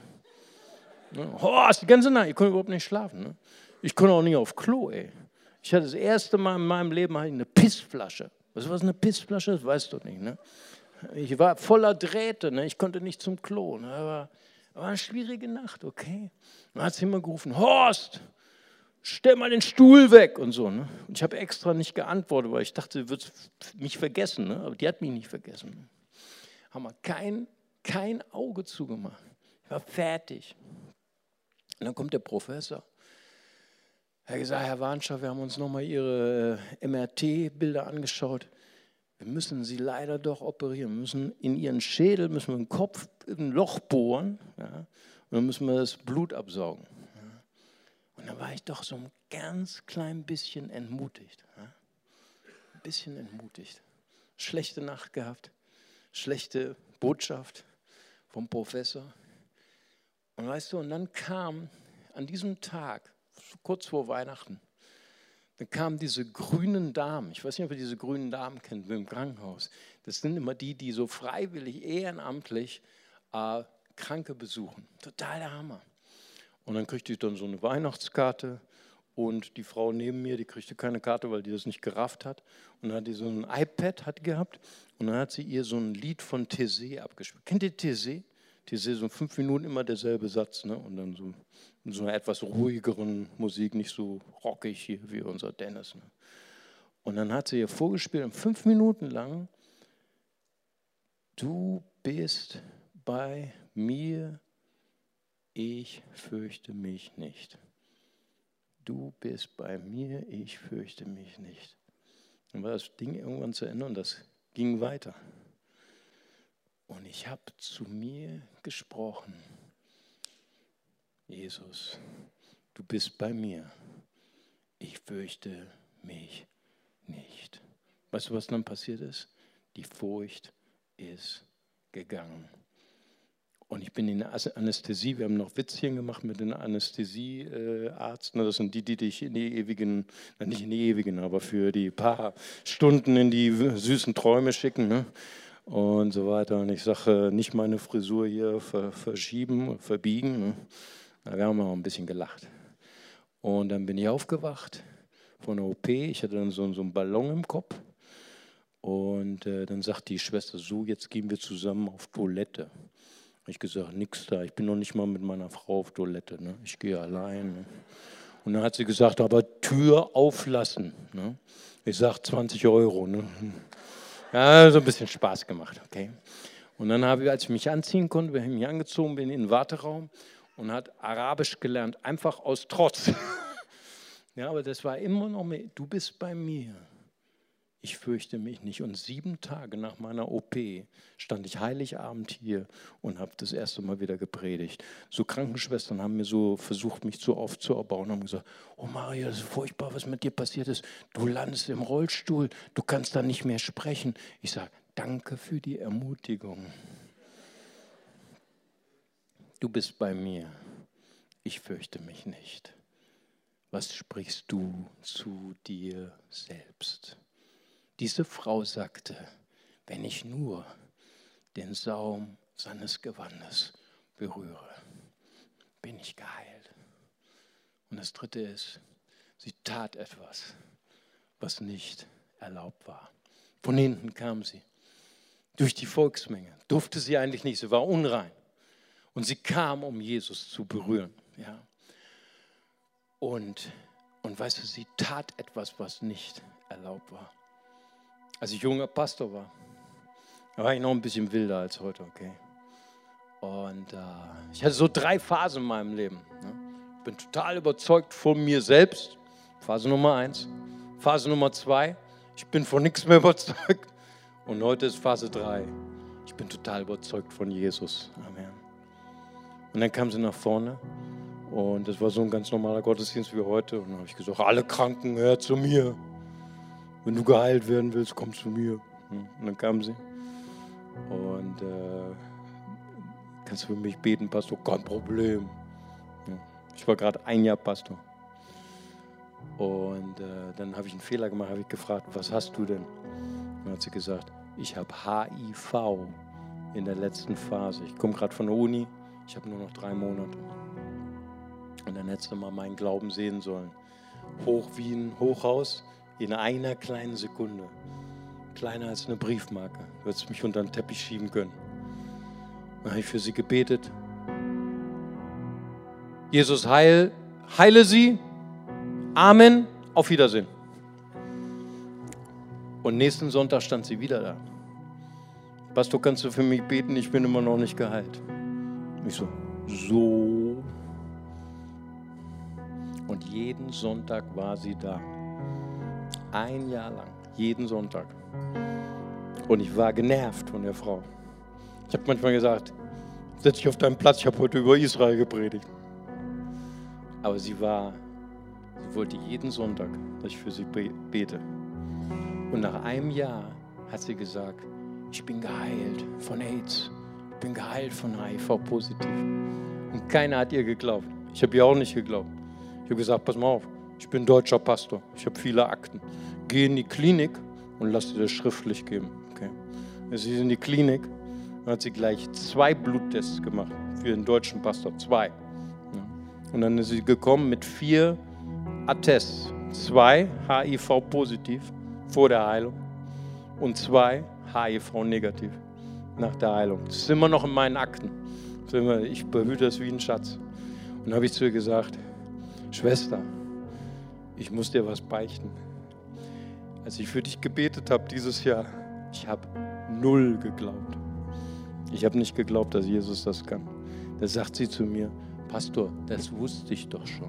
Speaker 1: Horst, die ganze Nacht, ich konnte überhaupt nicht schlafen. Ne? Ich konnte auch nicht auf Klo, ey. Ich hatte das erste Mal in meinem Leben eine Pissflasche. Weißt du, was eine Pissflasche ist? Weißt du nicht, ne? Ich war voller Drähte, ne? Ich konnte nicht zum Klo. Ne? War eine schwierige Nacht, okay? Dann hat sie immer gerufen, Horst, stell mal den Stuhl weg und so. Ne? Und ich habe extra nicht geantwortet, weil ich dachte, sie wird mich vergessen. Ne? Aber die hat mich nicht vergessen. Haben wir kein Auge zugemacht. Ich war fertig. Und dann kommt der Professor. Er hat gesagt, Herr Warnschaff, wir haben uns nochmal Ihre MRT-Bilder angeschaut. Wir müssen Sie leider doch operieren. Wir müssen in Ihren Schädel, müssen wir im Kopf ein Loch bohren. Ja, und dann müssen wir das Blut absaugen. Ja. Und dann war ich doch so ein ganz klein bisschen entmutigt. Ja. Ein bisschen entmutigt. Schlechte Nacht gehabt, schlechte Botschaft vom Professor. Und weißt du, und dann kam an diesem Tag, kurz vor Weihnachten, dann kamen diese grünen Damen. Ich weiß nicht, ob ihr diese grünen Damen kennt im Krankenhaus. Das sind immer die so freiwillig, ehrenamtlich Kranke besuchen. Total der Hammer. Und dann kriegte ich dann so eine Weihnachtskarte und die Frau neben mir, die kriegte keine Karte, weil die das nicht gerafft hat. Und dann hat die so ein iPad gehabt und dann hat sie ihr so ein Lied von Taizé abgespielt. Kennt ihr Taizé? Taizé, so 5 Minuten immer derselbe Satz, ne? Und dann so in so einer etwas ruhigeren Musik, nicht so rockig hier wie unser Dennis. Ne? Und dann hat sie ihr vorgespielt, und 5 Minuten lang, du bist bei mir, ich fürchte mich nicht. Du bist bei mir, ich fürchte mich nicht. Dann war das Ding irgendwann zu Ende und das ging weiter. Und ich habe zu mir gesprochen, Jesus, du bist bei mir, ich fürchte mich nicht. Weißt du, was dann passiert ist? Die Furcht ist gegangen. Und ich bin in der Anästhesie, wir haben noch Witzchen gemacht mit den Anästhesieärzten. Das sind die dich in die ewigen, nicht in die ewigen, aber für die paar Stunden in die süßen Träume schicken, ne? Und so weiter. Und ich sage, nicht meine Frisur hier verschieben, verbiegen. Ne? Wir haben auch ein bisschen gelacht. Und dann bin ich aufgewacht von der OP. Ich hatte dann so einen Ballon im Kopf. Und dann sagt die Schwester, so, jetzt gehen wir zusammen auf Toilette. Habe ich gesagt, nix da, ich bin noch nicht mal mit meiner Frau auf Toilette. Ne? Ich gehe allein. Ne? Und dann hat sie gesagt, aber Tür auflassen. Ne? Ich sage 20 €. Ne? Ja, so ein bisschen Spaß gemacht, okay. Und dann habe ich, als ich mich anziehen konnte, bin ich mich angezogen, bin in den Warteraum und hat Arabisch gelernt, einfach aus Trotz. Ja, aber das war immer noch mehr, du bist bei mir, ich fürchte mich nicht. Und 7 Tage nach meiner OP stand ich Heiligabend hier und habe das erste Mal wieder gepredigt. So Krankenschwestern haben mir so versucht, mich so aufzubauen, haben gesagt, oh Mario, das ist furchtbar, was mit dir passiert ist. Du landest im Rollstuhl, du kannst da nicht mehr sprechen. Ich sage, danke für die Ermutigung. Du bist bei mir. Ich fürchte mich nicht. Was sprichst du zu dir selbst? Diese Frau sagte, wenn ich nur den Saum seines Gewandes berühre, bin ich geheilt. Und das Dritte ist, sie tat etwas, was nicht erlaubt war. Von hinten kam sie, durch die Volksmenge. Durfte sie eigentlich nicht, sie war unrein. Und sie kam, um Jesus zu berühren. Ja. Und weißt du, sie tat etwas, was nicht erlaubt war. Als ich junger Pastor war, da war ich noch ein bisschen wilder als heute, okay. Und ich hatte so 3 Phasen in meinem Leben. Ne? Ich bin total überzeugt von mir selbst, Phase Nummer 1. Phase Nummer 2, ich bin von nichts mehr überzeugt. Und heute ist Phase 3, ich bin total überzeugt von Jesus. Amen. Und dann kam sie nach vorne und das war so ein ganz normaler Gottesdienst wie heute. Und dann habe ich gesagt, alle Kranken, hör zu mir. Wenn du geheilt werden willst, komm zu mir. Und dann kam sie. Und kannst du für mich beten, Pastor? Kein Problem. Ich war gerade 1 Jahr Pastor. Und dann habe ich einen Fehler gemacht, habe ich gefragt, was hast du denn? Und dann hat sie gesagt, ich habe HIV in der letzten Phase. Ich komme gerade von der Uni, ich habe nur noch 3 Monate. Und dann hättest du mal meinen Glauben sehen sollen. Hoch wie ein Hochhaus. In einer kleinen Sekunde, kleiner als eine Briefmarke, würdest du mich unter den Teppich schieben können. Dann habe ich für sie gebetet. Jesus, heile sie. Amen. Auf Wiedersehen. Und nächsten Sonntag stand sie wieder da. Pastor, kannst du für mich beten? Ich bin immer noch nicht geheilt. Ich so. Und jeden Sonntag war sie da. 1 Jahr lang, jeden Sonntag. Und ich war genervt von der Frau. Ich habe manchmal gesagt, setz dich auf deinen Platz, ich habe heute über Israel gepredigt. Aber sie wollte jeden Sonntag, dass ich für sie bete. Und nach 1 Jahr hat sie gesagt, ich bin geheilt von AIDS, ich bin geheilt von HIV-positiv. Und keiner hat ihr geglaubt. Ich habe ihr auch nicht geglaubt. Ich habe gesagt, pass mal auf. Ich bin deutscher Pastor, ich habe viele Akten. Geh in die Klinik und lass dir das schriftlich geben. Okay. Sie ist in die Klinik, dann hat sie gleich 2 Bluttests gemacht für den deutschen Pastor, 2. Ja. Und dann ist sie gekommen mit 4 Attests. 2 HIV-positiv vor der Heilung und 2 HIV-negativ nach der Heilung. Das ist immer noch in meinen Akten. Ich behüte das wie ein Schatz. Und dann habe ich zu ihr gesagt, Schwester, ich muss dir was beichten. Als ich für dich gebetet habe dieses Jahr, ich habe 0 geglaubt. Ich habe nicht geglaubt, dass Jesus das kann. Da sagt sie zu mir, Pastor, das wusste ich doch schon.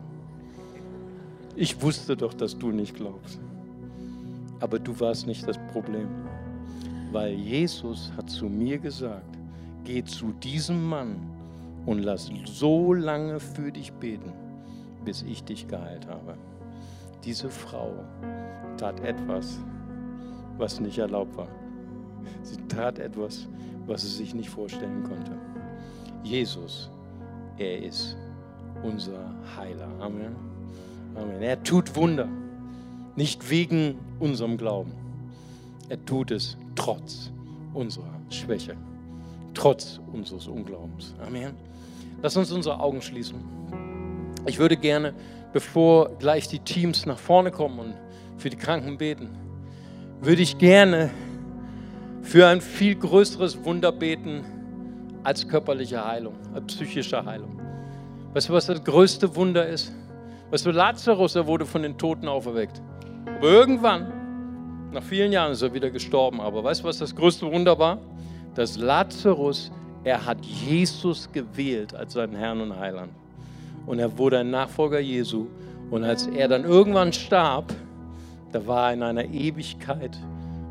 Speaker 1: Ich wusste doch, dass du nicht glaubst. Aber du warst nicht das Problem. Weil Jesus hat zu mir gesagt, geh zu diesem Mann und lass so lange für dich beten, bis ich dich geheilt habe. Diese Frau tat etwas, was nicht erlaubt war. Sie tat etwas, was sie sich nicht vorstellen konnte. Jesus, er ist unser Heiler. Amen. Amen. Er tut Wunder, nicht wegen unserem Glauben. Er tut es trotz unserer Schwäche, trotz unseres Unglaubens. Amen. Lass uns unsere Augen schließen. Ich würde gerne, bevor gleich die Teams nach vorne kommen und für die Kranken beten, würde ich gerne für ein viel größeres Wunder beten als körperliche Heilung, als psychische Heilung. Weißt du, was das größte Wunder ist? Weißt du, Lazarus, er wurde von den Toten auferweckt. Aber irgendwann, nach vielen Jahren, ist er wieder gestorben. Aber weißt du, was das größte Wunder war? Dass Lazarus, er hat Jesus gewählt als seinen Herrn und Heiland. Und er wurde ein Nachfolger Jesu. Und als er dann irgendwann starb, da war er in einer Ewigkeit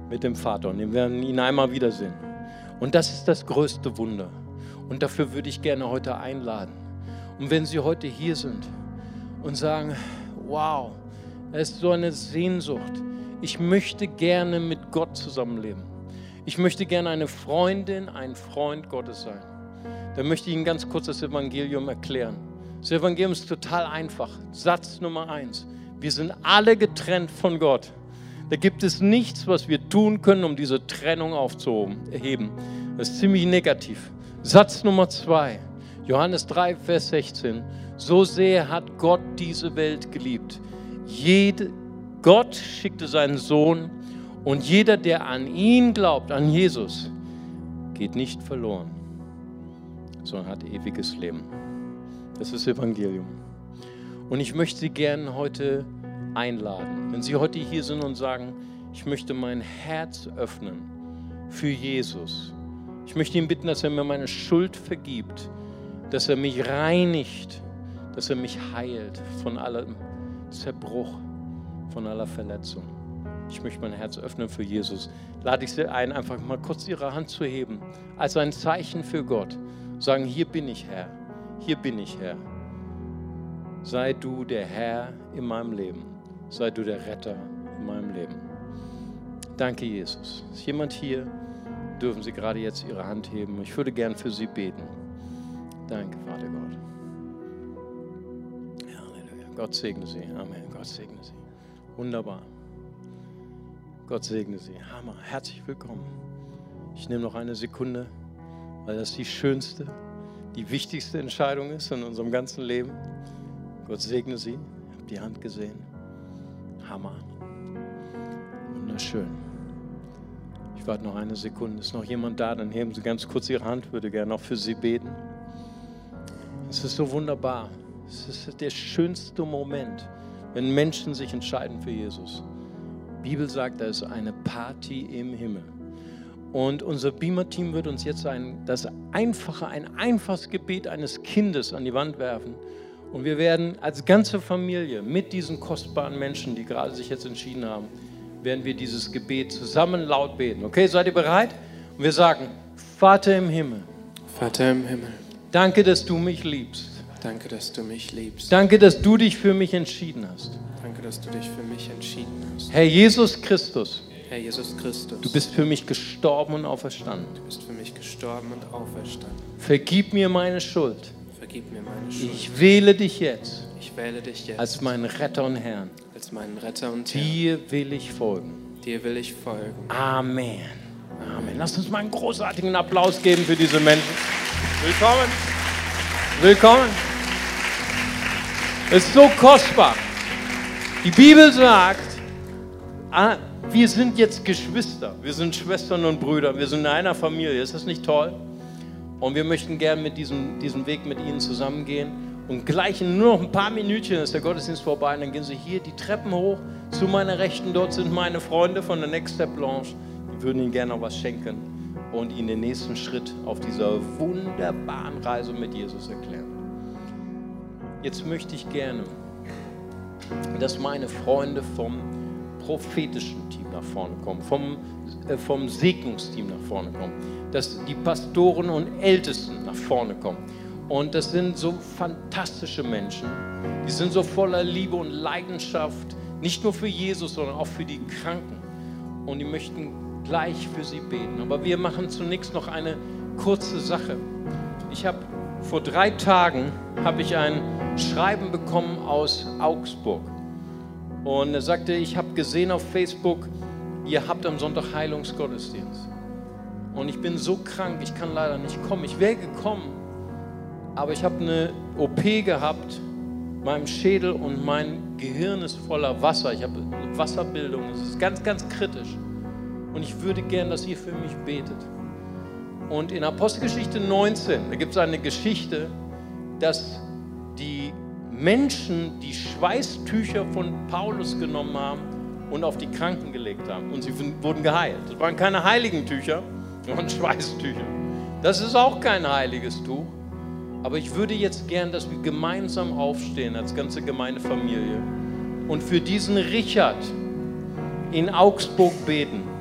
Speaker 1: mit dem Vater und wir werden ihn einmal wiedersehen. Und das ist das größte Wunder. Und dafür würde ich gerne heute einladen. Und wenn Sie heute hier sind und sagen, wow, es ist so eine Sehnsucht, ich möchte gerne mit Gott zusammenleben. Ich möchte gerne eine Freundin, ein Freund Gottes sein. Dann möchte ich Ihnen ganz kurz das Evangelium erklären. Das Evangelium ist total einfach. Satz Nummer 1. Wir sind alle getrennt von Gott. Da gibt es nichts, was wir tun können, um diese Trennung aufzuheben. Das ist ziemlich negativ. Satz Nummer 2. Johannes 3, Vers 16. So sehr hat Gott diese Welt geliebt. Gott schickte seinen Sohn und jeder, der an ihn glaubt, an Jesus, geht nicht verloren, sondern hat ewiges Leben. Das ist das Evangelium. Und ich möchte Sie gerne heute einladen, wenn Sie heute hier sind und sagen, ich möchte mein Herz öffnen für Jesus. Ich möchte ihn bitten, dass er mir meine Schuld vergibt, dass er mich reinigt, dass er mich heilt von allem Zerbruch, von aller Verletzung. Ich möchte mein Herz öffnen für Jesus. Lade ich Sie ein, einfach mal kurz Ihre Hand zu heben, als ein Zeichen für Gott. Sagen, hier bin ich, Herr. Hier bin ich, Herr. Sei du der Herr in meinem Leben. Sei du der Retter in meinem Leben. Danke, Jesus. Ist jemand hier? Dürfen Sie gerade jetzt Ihre Hand heben. Ich würde gern für Sie beten. Danke, Vater Gott. Halleluja. Gott segne Sie. Amen. Gott segne Sie. Wunderbar. Gott segne Sie. Hammer. Herzlich willkommen. Ich nehme noch eine Sekunde, weil das die schönste, die wichtigste Entscheidung ist in unserem ganzen Leben. Gott segne Sie. Ich habe die Hand gesehen. Hammer. Wunderschön. Ich warte noch eine Sekunde. Ist noch jemand da? Dann heben Sie ganz kurz Ihre Hand. Ich würde gerne auch für Sie beten. Es ist so wunderbar. Es ist der schönste Moment, wenn Menschen sich entscheiden für Jesus. Die Bibel sagt, da ist eine Party im Himmel. Und unser Beamer-Team wird uns jetzt ein einfaches Gebet eines Kindes an die Wand werfen. Und wir werden als ganze Familie mit diesen kostbaren Menschen, die gerade sich jetzt entschieden haben, werden wir dieses Gebet zusammen laut beten. Okay, seid ihr bereit? Und wir sagen, Vater im Himmel.
Speaker 2: Vater im Himmel.
Speaker 1: Danke, dass du mich liebst.
Speaker 2: Danke, dass du mich liebst.
Speaker 1: Danke, dass du dich für mich entschieden hast.
Speaker 2: Danke, dass du dich für mich entschieden hast.
Speaker 1: Herr Jesus Christus,
Speaker 2: Herr Jesus Christus,
Speaker 1: du bist für mich gestorben und auferstanden.
Speaker 2: du bist für mich gestorben und auferstanden.
Speaker 1: Vergib mir meine Schuld.
Speaker 2: Vergib mir meine Schuld.
Speaker 1: Ich wähle dich jetzt
Speaker 2: Ich wähle dich jetzt
Speaker 1: als meinen Retter und Herrn.
Speaker 2: als meinen Retter und Herrn.
Speaker 1: Dir will ich folgen.
Speaker 2: Dir will ich folgen.
Speaker 1: Amen. Amen. Lasst uns mal einen großartigen Applaus geben für diese Menschen. Willkommen. Willkommen. Es ist so kostbar. Die Bibel sagt, wir sind jetzt Geschwister. Wir sind Schwestern und Brüder. Wir sind in einer Familie. Ist das nicht toll? Und wir möchten gerne mit diesem Weg mit Ihnen zusammengehen. Und gleich in nur noch ein paar Minütchen ist der Gottesdienst vorbei. Und dann gehen Sie hier die Treppen hoch zu meiner Rechten. Dort sind meine Freunde von der Next Step Lounge. Die würden Ihnen gerne noch was schenken und Ihnen den nächsten Schritt auf dieser wunderbaren Reise mit Jesus erklären. Jetzt möchte ich gerne, dass meine Freunde vom prophetischen Team nach vorne kommen, vom Segnungsteam nach vorne kommen, dass die Pastoren und Ältesten nach vorne kommen. Und das sind so fantastische Menschen, die sind so voller Liebe und Leidenschaft, nicht nur für Jesus, sondern auch für die Kranken. Und die möchten gleich für sie beten. Aber wir machen zunächst noch eine kurze Sache. Vor 3 Tagen habe ich ein Schreiben bekommen aus Augsburg. Und er sagte, ich habe gesehen auf Facebook, ihr habt am Sonntag Heilungsgottesdienst. Und ich bin so krank, ich kann leider nicht kommen. Ich wäre gekommen, aber ich habe eine OP gehabt, meinem Schädel und mein Gehirn ist voller Wasser. Ich habe Wasserbildung, es ist ganz, ganz kritisch. Und ich würde gern, dass ihr für mich betet. Und in Apostelgeschichte 19, da gibt es eine Geschichte, dass die Menschen die Schweißtücher von Paulus genommen haben und auf die Kranken gelegt haben. Und sie wurden geheilt. Das waren keine heiligen Tücher, das waren Schweißtücher. Das ist auch kein heiliges Tuch. Aber ich würde jetzt gern, dass wir gemeinsam aufstehen als ganze Gemeindefamilie und für diesen Richard in Augsburg beten,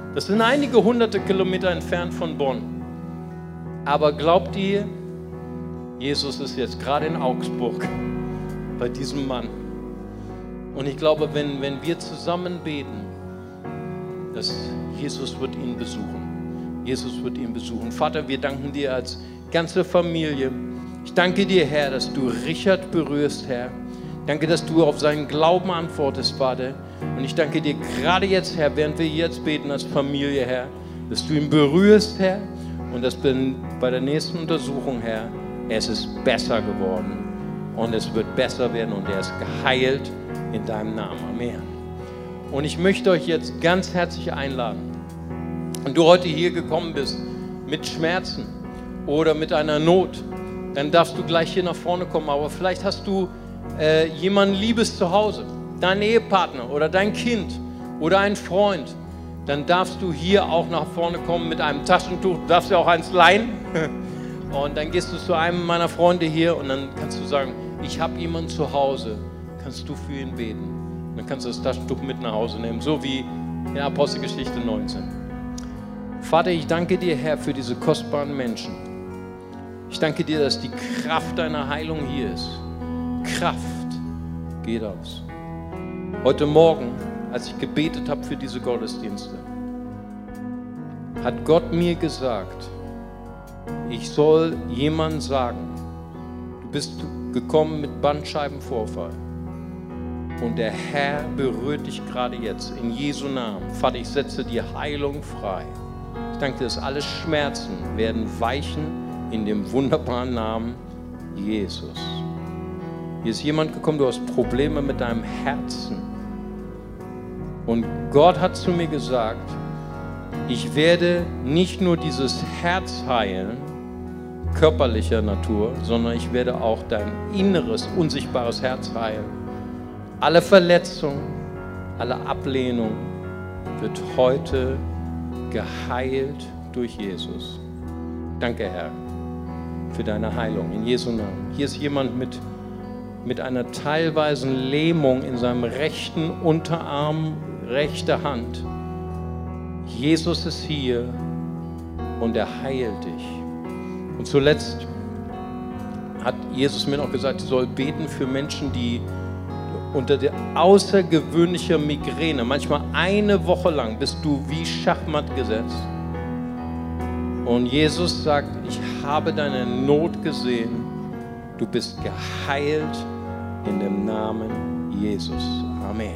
Speaker 1: Das sind einige hunderte Kilometer entfernt von Bonn. Aber glaubt ihr, Jesus ist jetzt gerade in Augsburg bei diesem Mann. Und ich glaube, wenn wir zusammen beten, dass Jesus wird ihn besuchen. Jesus wird ihn besuchen. Vater, wir danken dir als ganze Familie. Ich danke dir, Herr, dass du Richard berührst, Herr. Danke, dass du auf seinen Glauben antwortest, Vater. Und ich danke dir gerade jetzt, Herr, während wir jetzt beten als Familie, Herr, dass du ihn berührst, Herr, und dass bei der nächsten Untersuchung, Herr, es ist besser geworden und es wird besser werden und er ist geheilt in deinem Namen. Amen. Und ich möchte euch jetzt ganz herzlich einladen, wenn du heute hier gekommen bist mit Schmerzen oder mit einer Not, dann darfst du gleich hier nach vorne kommen, aber vielleicht hast du jemanden Liebes zu Hause, deinen Ehepartner oder dein Kind oder einen Freund, dann darfst du hier auch nach vorne kommen mit einem Taschentuch. Du darfst ja auch eins leihen. Und dann gehst du zu einem meiner Freunde hier und dann kannst du sagen, ich habe jemanden zu Hause, kannst du für ihn beten. Und dann kannst du das Taschentuch mit nach Hause nehmen, so wie in Apostelgeschichte 19. Vater, ich danke dir, Herr, für diese kostbaren Menschen. Ich danke dir, dass die Kraft deiner Heilung hier ist. Kraft geht aus. Heute Morgen, als ich gebetet habe für diese Gottesdienste, hat Gott mir gesagt, ich soll jemandem sagen, du bist gekommen mit Bandscheibenvorfall und der Herr berührt dich gerade jetzt in Jesu Namen. Vater, ich setze dir Heilung frei. Ich danke dir, dass alle Schmerzen werden weichen in dem wunderbaren Namen Jesus. Hier ist jemand gekommen, du hast Probleme mit deinem Herzen. Und Gott hat zu mir gesagt, ich werde nicht nur dieses Herz heilen, körperlicher Natur, sondern ich werde auch dein inneres, unsichtbares Herz heilen. Alle Verletzung, alle Ablehnung wird heute geheilt durch Jesus. Danke, Herr, für deine Heilung in Jesu Namen. Hier ist jemand mit einer teilweisen Lähmung in seinem rechten Unterarm, rechte Hand. Jesus ist hier und er heilt dich. Und zuletzt hat Jesus mir noch gesagt, ich soll beten für Menschen, die unter der außergewöhnlichen Migräne, manchmal eine Woche lang bist du wie Schachmatt gesetzt. Und Jesus sagt, ich habe deine Not gesehen, du bist geheilt in dem Namen Jesus. Amen.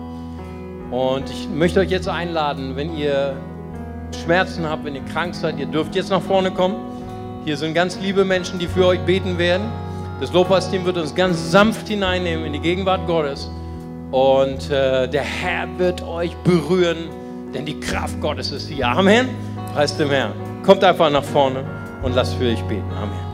Speaker 1: Und ich möchte euch jetzt einladen, wenn ihr Schmerzen habt, wenn ihr krank seid, ihr dürft jetzt nach vorne kommen. Hier sind ganz liebe Menschen, die für euch beten werden. Das Lobpreisteam wird uns ganz sanft hineinnehmen in die Gegenwart Gottes. Und der Herr wird euch berühren, denn die Kraft Gottes ist hier. Amen. Preis dem Herrn. Kommt einfach nach vorne und lasst für euch beten. Amen.